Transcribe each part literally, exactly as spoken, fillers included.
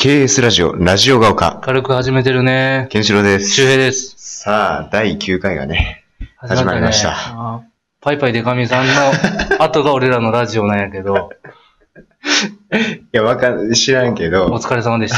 ケーエス ラジオ、ラジオが丘。 軽く始めてるね。 ケンシロウです。 周平です。 さあ、だいきゅうかいがね、始まりました。 ね、あパイパイデカミさんの後が俺らのラジオなんやけど。 いや、わかん、知らんけど。 お疲れ様でした。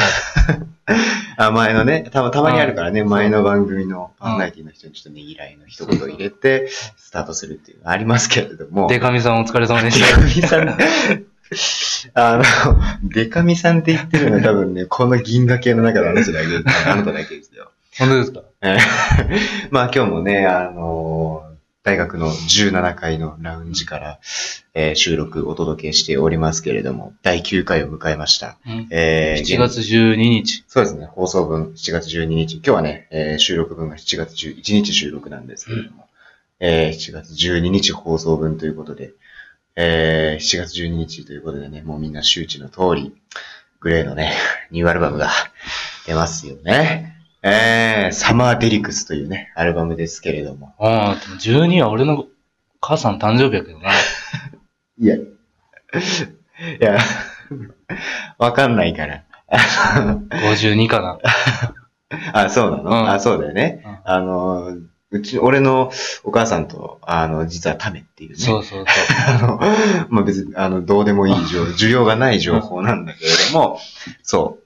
あ、前のね、た、たまにあるからね、前の番組のパーソナリティの人にちょっとねぎらいの一言を入れて、スタートするっていうのありますけれども。 デカミさんお疲れ様でした。 デカミさん、あの、デカミさんって言ってるのは多分ね、この銀河系の中の話だけ、あなただけですよ。 本当ですか？ まあ今日もね、あのー、大学のじゅうななかいのラウンジから、えー、収録お届けしておりますけれども、だいきゅうかいを迎えました。 うん、 えー、 しちがつじゅうににち。 そうですね、放送分しちがつじゅうににち。今日はね、えー、収録分がしちがつじゅういちにち収録なんですけれども、うん、えー、しちがつじゅうににち放送分ということで、えー、しちがつじゅうににちということでね、もうみんな周知の通り、グレーのね、ニューアルバムが出ますよね。えー、サマーデリクスというね、アルバムですけれども。 ああ、でもじゅうには俺の母さん誕生日やけどな。 いや、いや、わかんないから。 ごじゅうにかな。 あ、そうなの、うん、あ、そうだよね。 うん、 あの、うち、俺のお母さんと、あの、実はタメっていうね。 そうそうそう。 あの、まあ、別に、あの、どうでもいい情報、需要がない情報なんだけれども、そう、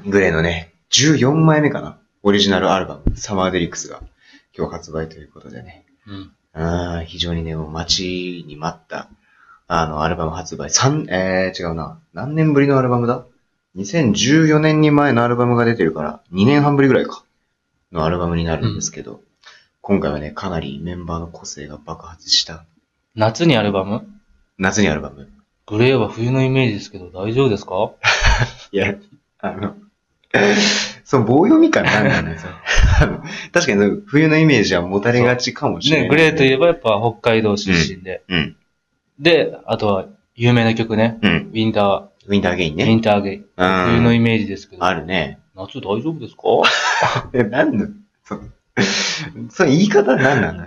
グレーのね、じゅうよんまいめかな。オリジナルアルバム、サマーデリックスが今日発売ということでね。うん。あ非常にね、もう待ちに待った、あの、アルバム発売。三、えー、違うな。何年ぶりのアルバムだ ?にせんじゅうよねんに前のアルバムが出てるから、にねんはんぶりぐらいか。のアルバムになるんですけど、うん、今回はね、かなりメンバーの個性が爆発した。 夏にアルバム？ 夏にアルバム。 グレーは冬のイメージですけど、大丈夫ですか？ いや、あの、その棒読み感なんだね。確かに冬のイメージは持たれがちかもしれない、ね。 ね、グレーといえばやっぱ北海道出身で。うん。うん、で、あとは有名な曲ね。うん。ウィンター。 ウィンターゲインね。 ウィンターゲイン。冬のイメージですけど。 あるね。 夏大丈夫ですか？ え、なんのそその言い方なんなの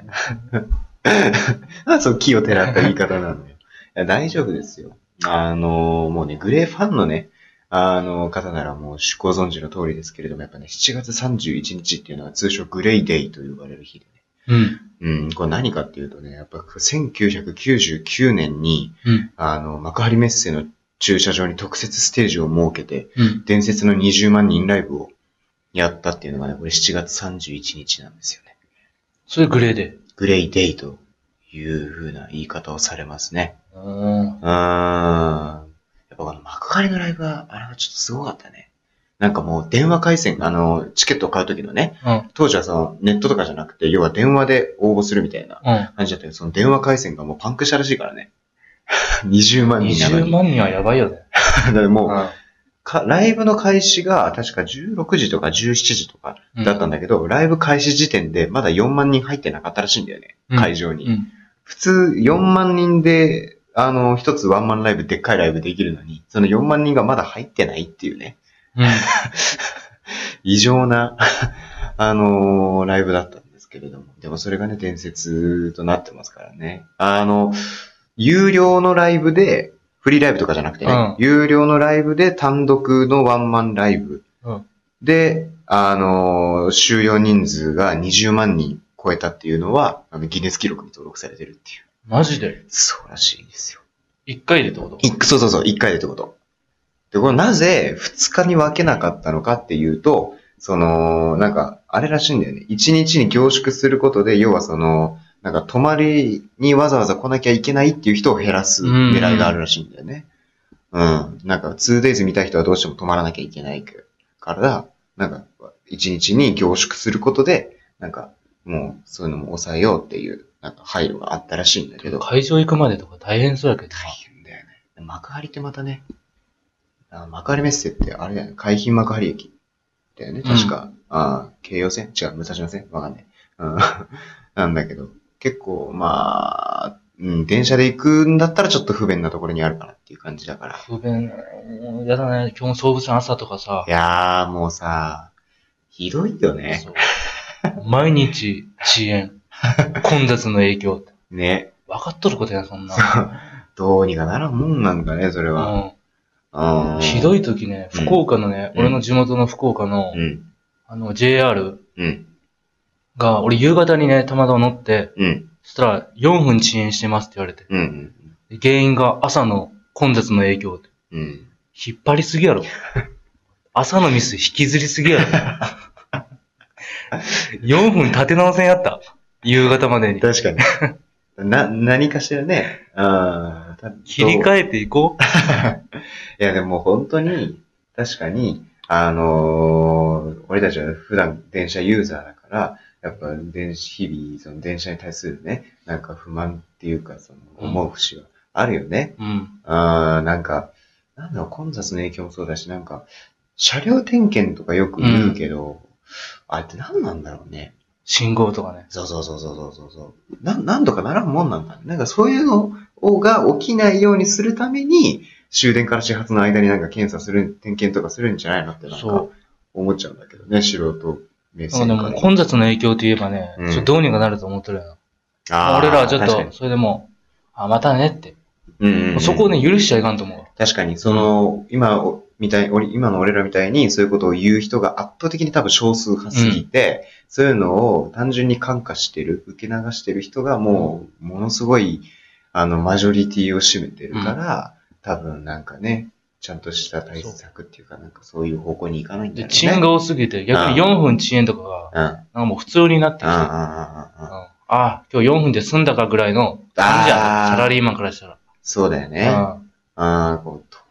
あ、そう、木をてらった言い方なのよ。いや、大丈夫ですよ。あの、もうね、グレーファンのね、あの、方ならもうご存知の通りですけれども、やっぱね、しちがつさんじゅういちにちっていうのは通称グレイデイと呼ばれる日でね。うん。うん、これ何かっていうとね、やっぱせんきゅうひゃくきゅうじゅうきゅうねんに、うん、あの、幕張メッセの駐車場に特設ステージを設けて、うん、伝説のにじゅうまんにんライブをやったっていうのがね、これしちがつさんじゅういちにちなんですよね。 それグレーデイ。 グレイデイという風な言い方をされますね。うーん。うーん。やっぱこの幕張のライブは、あれはちょっとすごかったね。なんかもう電話回線、あの、チケットを買うときのね、うん、当時はそのネットとかじゃなくて、要は電話で応募するみたいな感じだったけど、うん、その電話回線がもうパンクしたらしいからね。にじゅうまんにんなのに。 にじゅうまんにんはやばいよね。 だからもう、うんか、ライブの開始が確かじゅうろくじとかじゅうしちじとかだったんだけど、うん、ライブ開始時点でまだよんまんにん入ってなかったらしいんだよね、うん、会場に、うん。普通よんまんにんで、あの、一つワンマンライブ、でっかいライブできるのに、そのよんまんにんがまだ入ってないっていうね。うん、異常な、あのー、ライブだったんですけれども。でもそれがね、伝説となってますからね。あの、有料のライブで、フリーライブとかじゃなくてね、うん、有料のライブで単独のワンマンライブ、うん、で、あのー、収容人数がにじゅうまんにん超えたっていうのは、あのギネス記録に登録されてるっていう。 マジで？ そうらしいんですよ。 一回でってこと？ いそうそうそう、一回でってこと。で、これなぜ二日に分けなかったのかっていうと、その、なんか、あれらしいんだよね。一日に凝縮することで、要はその、なんか泊まりにわざわざ来なきゃいけないっていう人を減らす狙いがあるらしいんだよね。うん、うん。なんか ツーデイズ 見た人はどうしても泊まらなきゃいけないから、なんかいちにちに凝縮することで、なんかもうそういうのも抑えようっていうなんか配慮があったらしいんだけど。 会場行くまでとか大変そうやけど。 大変だよね。幕張ってまたね、あ幕張メッセってあれだよね、海浜幕張駅だよね、確か。うん、あ京葉線違う、武蔵野線わかんない。うん、なんだけど。結構、まあ、うん、電車で行くんだったらちょっと不便なところにあるかなっていう感じだから。 不便、やだね。今日も総武線朝とかさ。 いやー、もうさ、ひどいよね。 毎日遅延。混雑の影響。 ね。 分かっとることや、そんな。 どうにかならんもんなんかね、それは。 あひどい時ね、福岡のね、うん、俺の地元の福岡の、うん、あの、ジェイアール が、俺夕方にね、たまたま乗って、うん、そしたらよんぷん遅延してますって言われて、うん、原因が朝の混雑の影響で、うん、引っ張りすぎやろ。朝のミス引きずりすぎやろ。よんぷん立て直せんやった。夕方までに。 確かに。な、何かしらね、あ切り替えていこう。 いや、でも本当に、確かに、あのー、俺たちは普段電車ユーザーだから、やっぱ電子、日々、その電車に対するね、なんか不満っていうか、その思う節はあるよね。うん。あなんか、なんだろう、混雑の影響もそうだし、なんか、車両点検とかよく言うけど、うん、あれって何なんだろうね。 信号とかね。 そうそうそうそうそうそう。な、なんとかならんもんなんだ。なんかそういうのが起きないようにするために、終電から始発の間になんか検査する、点検とかするんじゃないのってなんか思っちゃうんだけどね、素人目線から。 でも混雑の影響といえばね、うん、ちょっとどうにかなると思ってるよ。あ俺らはちょっと、それでもう、あ、またねって。うんうんうん、そこをね、許しちゃいかんと思う。 確かに、その、今、みたい、今の俺らみたいにそういうことを言う人が圧倒的に多分少数派すぎて、うん、そういうのを単純に感化してる、受け流してる人がもう、ものすごい、あの、マジョリティを占めてるから、うん、多分なんかね、ちゃんとした対策っていうか、なんかそういう方向に行かないんだよね。 で、遅延が多すぎて、逆によんぷん遅延とかが、うん、なんかもう普通になってきて、うん、ああ、今日よんぷんで済んだかぐらいの感じやね、サラリーマンからしたら。 そうだよね。ああ、こう、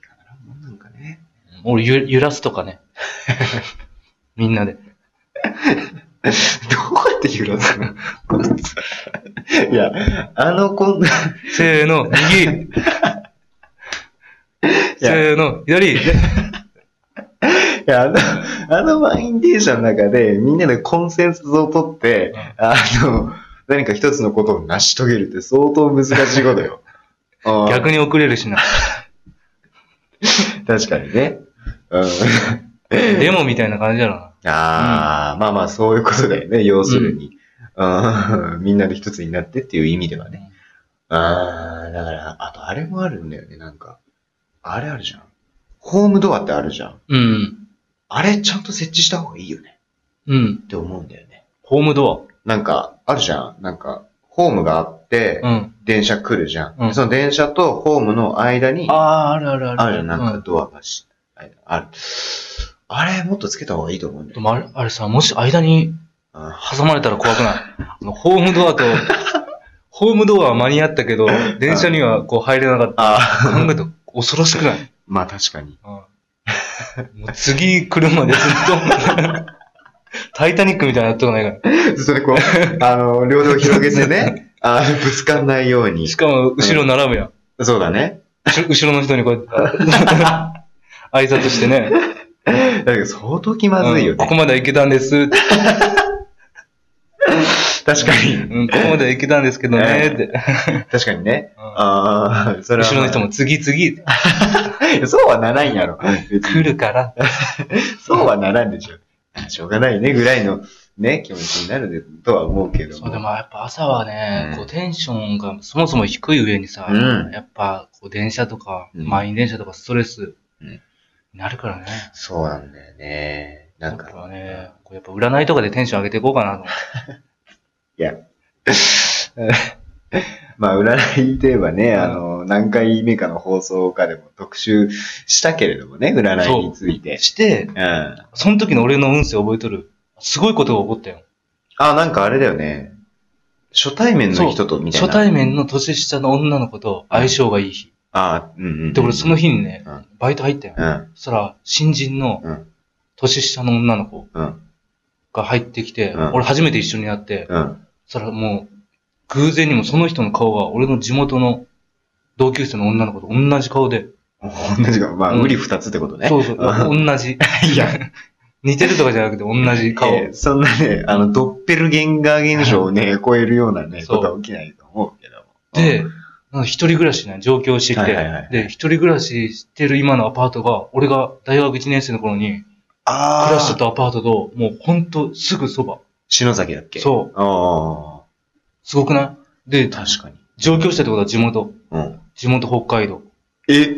俺ゆ、揺らすとかね。みんなで。 どうやって揺らすのいや、あのこんな。 せーの、右。せーの、左。いや、あの、あの満員電車の中でみんなでコンセンサスを取って、うん、あの、何か一つのことを成し遂げるって相当難しいことよ。 逆に遅れるしな。 確かにね。うん、 デモみたいな感じだろうな。ああ、うん、まあまあそういうことだよね、要するに。うん、みんなで一つになってっていう意味ではね。うん、ああ、だから、あとあれもあるんだよね、なんか。あれあるじゃん。ホームドアってあるじゃん。うん。あれちゃんと設置した方がいいよね。うん。って思うんだよね。 ホームドアなんか、あるじゃん。なんか、ホームがあって、うん、電車来るじゃん、うん。その電車とホームの間に、 ああ、あるあるある。 あるじゃん、なんかドアがし。ある。あれ、もっとつけた方がいいと思うんだよ。 でもあれ、あれさ、もし間に挟まれたら怖くない？あのホームドアと、ホームドアは間に合ったけど、電車にはこう入れなかった。考えたら恐ろしくない？ まあ確かに。 もう次来るまでずっと、タイタニックみたいになっとかないから。 それこう、あの、両手を広げてね、あぶつかんないように。 しかも、後ろ並ぶやん。 うん、そうだね。 後ろの人にこうやって。挨拶してね。 だけど相当気まずいよね。 うん、ここまでは行けたんです。 確かに、 うん。ここまでは行けたんですけどねって。 確かにね。うん、ああ、それは、 後ろの人も次々。 そうはならんやろ。 来るから。 そうはならんでしょ。しょうがないねぐらいのね、気持ちになるとは思うけども。 そう、でもやっぱ朝はね、うん、こうテンションがそもそも低い上にさ、うん、やっぱこう電車とか、うん、満員電車とかストレス、うんなるからね。 そうなんだよね。なんか。 やっぱね、こうやっぱ占いとかでテンション上げていこうかなと思って。 いや。まあ、占いといえばね、あの、何回目かの放送かでも特集したけれどもね、占いについて。 して、うん。その時の俺の運勢覚えとる。すごいことが起こったよ。 あ、なんかあれだよね。初対面の人とみたいな。 初対面の年下の女の子と相性がいい日。 ああ、うんうん、うん。 で、俺その日にね、うん、バイト入ったよ。うん。そしたら、新人の、年下の女の子が入ってきて、うん、俺初めて一緒になって、うん。そしたらもう、偶然にもその人の顔が俺の地元の同級生の女の子と同じ顔で。 同じ顔まあ、うり二つってことね。 そうそう、同じ。いや、似てるとかじゃなくて同じ顔。えー、 そんなね、あの、ドッペルゲンガー現象をね、超えるようなね、ことは起きないと思うけども。 で、一人暮らしね、上京してきて、はいはいはい、で、一人暮らししてる今のアパートが、俺が大学いちねん生の頃に、暮らしてたアパートと、もうほんとすぐそば。 篠崎だっけ？ そう。ああ。すごくない？で、 確かに。 上京したってことは地元。うん。地元北海道。 え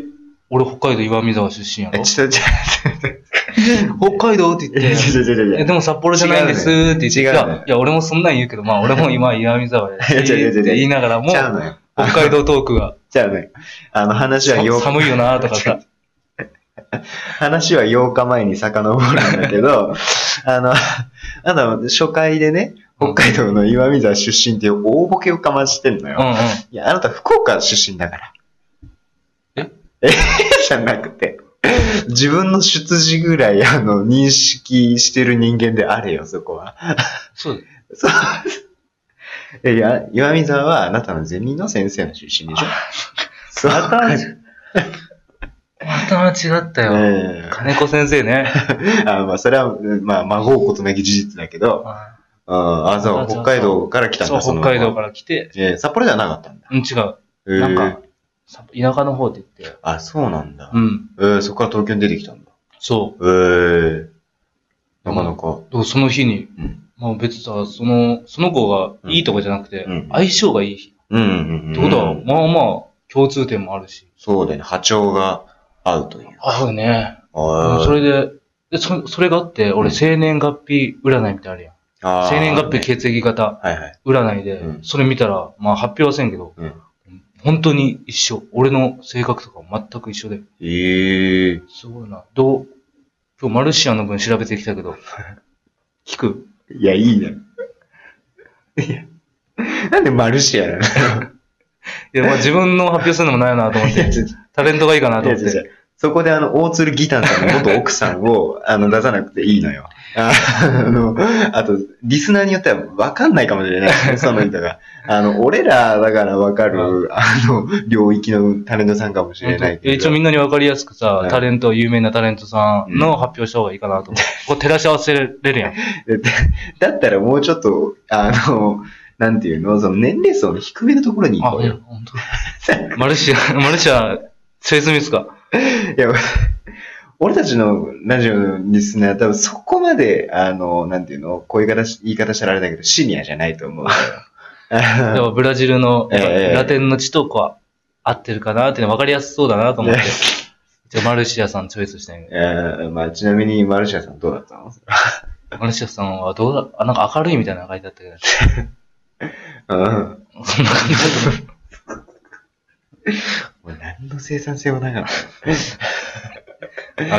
俺北海道岩見沢出身やろ。 え、ちょ、ちょ、 北海道って言って、 ちょちょちょえ、でも札幌じゃないんですって言って、違う、ね、いや、いや、俺もそんなん言うけど、まあ俺も今岩見沢やし、って言いながらも、北海道トークが。 ちゃうね。あの話はよう寒いよなとかさ。 話はようかまえに遡るんだけど、あの、あの、初回でね、北海道の岩見沢出身っていう大ボケをかましてんのよ。うんうん、いや、あなた福岡出身だから。 ええじゃなくて、自分の出自ぐらい、あの、認識してる人間であれよ、そこは。 そう。 そう。いや、岩見沢はあなたのゼミの先生の出身でしょ。 そう。また、また間違ったよ。えー、金子先生ね。 あまあ、それは、まあ、孫うことめき事実だけど、ああ、そう、北海道から来たんだ、 そう、北海道から来て。 えー、札幌じゃなかったんだ。 うん、違う。えー、なんか、田舎の方って言って。 あ、そうなんだ。 うん。 えー、そこから東京に出てきたんだ。 そう。 えー、なかなか。 うん、その日に、うん、まあ別にさ、その、その子がいいとかじゃなくて、うん、相性がいい日。 うんうんうん、うん。 ってことは、まあまあ、共通点もあるし。 そうだよね、波長が合うという。 合うね。あそれで、でそ、それがあって、俺、生年月日占いみたいなのあるやん。あ生年月日血液型占いで、それ見たら、まあ発表はせんけど、うん、本当に一緒。俺の性格とか全く一緒で。 ええー。 すごいな。どう今日マルシアの分調べてきたけど、聞くいや、いいね。いや、なんでマルシアなのいや、まあ自分の発表するのもないなと思って、タレントがいいかなと思って。 そこであの、大鶴ギタンさんの元奥さんを、あの、出さなくていいのよ。あの、あと、リスナーによっては分かんないかもしれない、ね、その人が。あの、俺らだから分かる、あの、領域のタレントさんかもしれないけど。 一応みんなに分かりやすくさ、タレント、有名なタレントさんの発表した方がいいかなと思って。こう照らし合わせれるやん。 だったらもうちょっと、あの、なんていうの、その年齢層の低めのところに行こうよ。 あ、本当。マルシア、マルシア、セスミスか。 いや、俺たちのラジオのリスナーは多分そこまで、あの、なんていうの、こういう言い方、言い方したらあれだけど、シニアじゃないと思う。 でもブラジルの、えー、ラテンの血とこう合ってるかなっていうの分かりやすそうだなと思って。じゃマルシアさんチョイスしたんやけど。 えー、まあちなみにマルシアさんどうだったのマルシアさんはどうだ、あ、なんか明るいみたいなの書いてあったけど。うん。そんな感じだった。 もう何の生産性もなかった。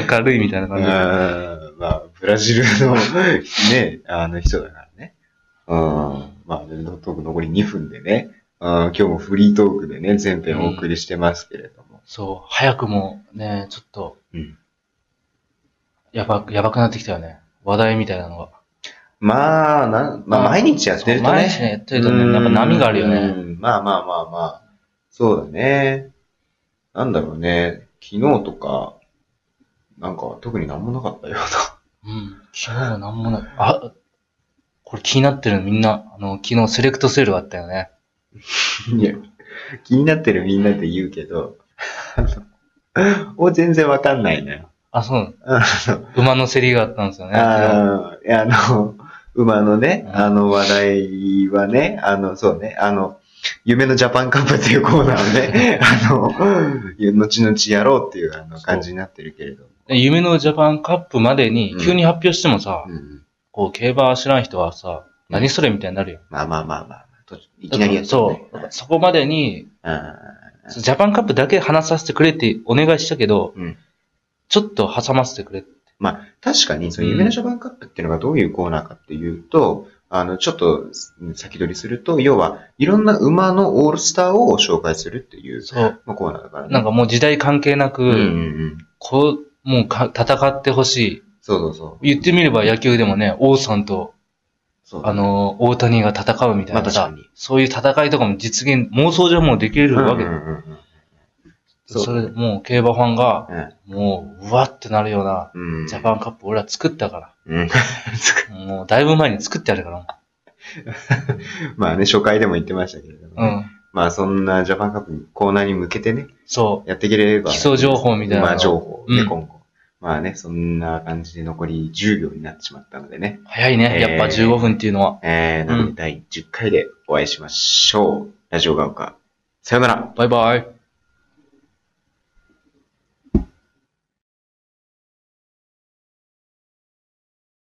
明るいみたいな感じで。 あまあ、ブラジルのね、あの人だからね。うん。まあ、トーク残りにふんでね。今日もフリートークでね、全編お送りしてますけれども。うん、 そう、早くもね、ちょっと、うん、やば、やばくなってきたよね。話題みたいなのが。 まあ、な、まあ、毎日やってるとね。 毎日やってるとね、やっぱ波があるよね。 まあまあまあまあ。そうだね。なんだろうね。昨日とか、なんか特になんもなかったような。うん。昨日もなんもない。あ、これ気になってるみんな、あの、昨日セレクトセールあったよね。 いや、気になってるみんなって言うけど、お全然わかんないのよ。 あ、そう馬の競りがあったんですよね。 ああ、あの、馬のね、あの話題はね、あの、そうね、あの、夢のジャパンカップっていうコーナーをね、あの、後々やろうっていうあの感じになってるけれど。 夢のジャパンカップまでに急に発表してもさ、うん、こう、競馬知らん人はさ、うん、何それみたいになるよ。 まあまあまあまあ。いきなりやったね。そう。そこまでに、ジャパンカップだけ話させてくれってお願いしたけど、うん、ちょっと挟ませてくれって。 まあ、確かに、その夢のジャパンカップっていうのがどういうコーナーかっていうと、あの、ちょっと先取りすると、要は、いろんな馬のオールスターを紹介するっていう、そう。コーナーだからね。 なんかもう時代関係なく、うんうんうん、こう、もうか戦ってほしい。 そうそうそう。 言ってみれば野球でもね、王さんと、そうあの、大谷が戦うみたいなさ、まあ、そういう戦いとかも実現、妄想じゃもうできるわけだ、うんうんうん。そ, それ、もう競馬ファンが、うん、もう、うわってなるような、うん、ジャパンカップ俺は作ったから。うん、もう、だいぶ前に作ってあるから。 まあね、初回でも言ってましたけれども、ね。うん、まあそんなジャパンカップコーナーに向けてね、そう。やっていければ、ね。 基礎情報みたいな。 まあ情報ね、うん、今後。まあね、そんな感じで残りじゅうびょうになってしまったのでね。 早いね、えー、やっぱじゅうごふんっていうのは。 えー、なのでだいじゅっかいでお会いしましょう。うん、ラジオが丘。さよなら。 バイバイ。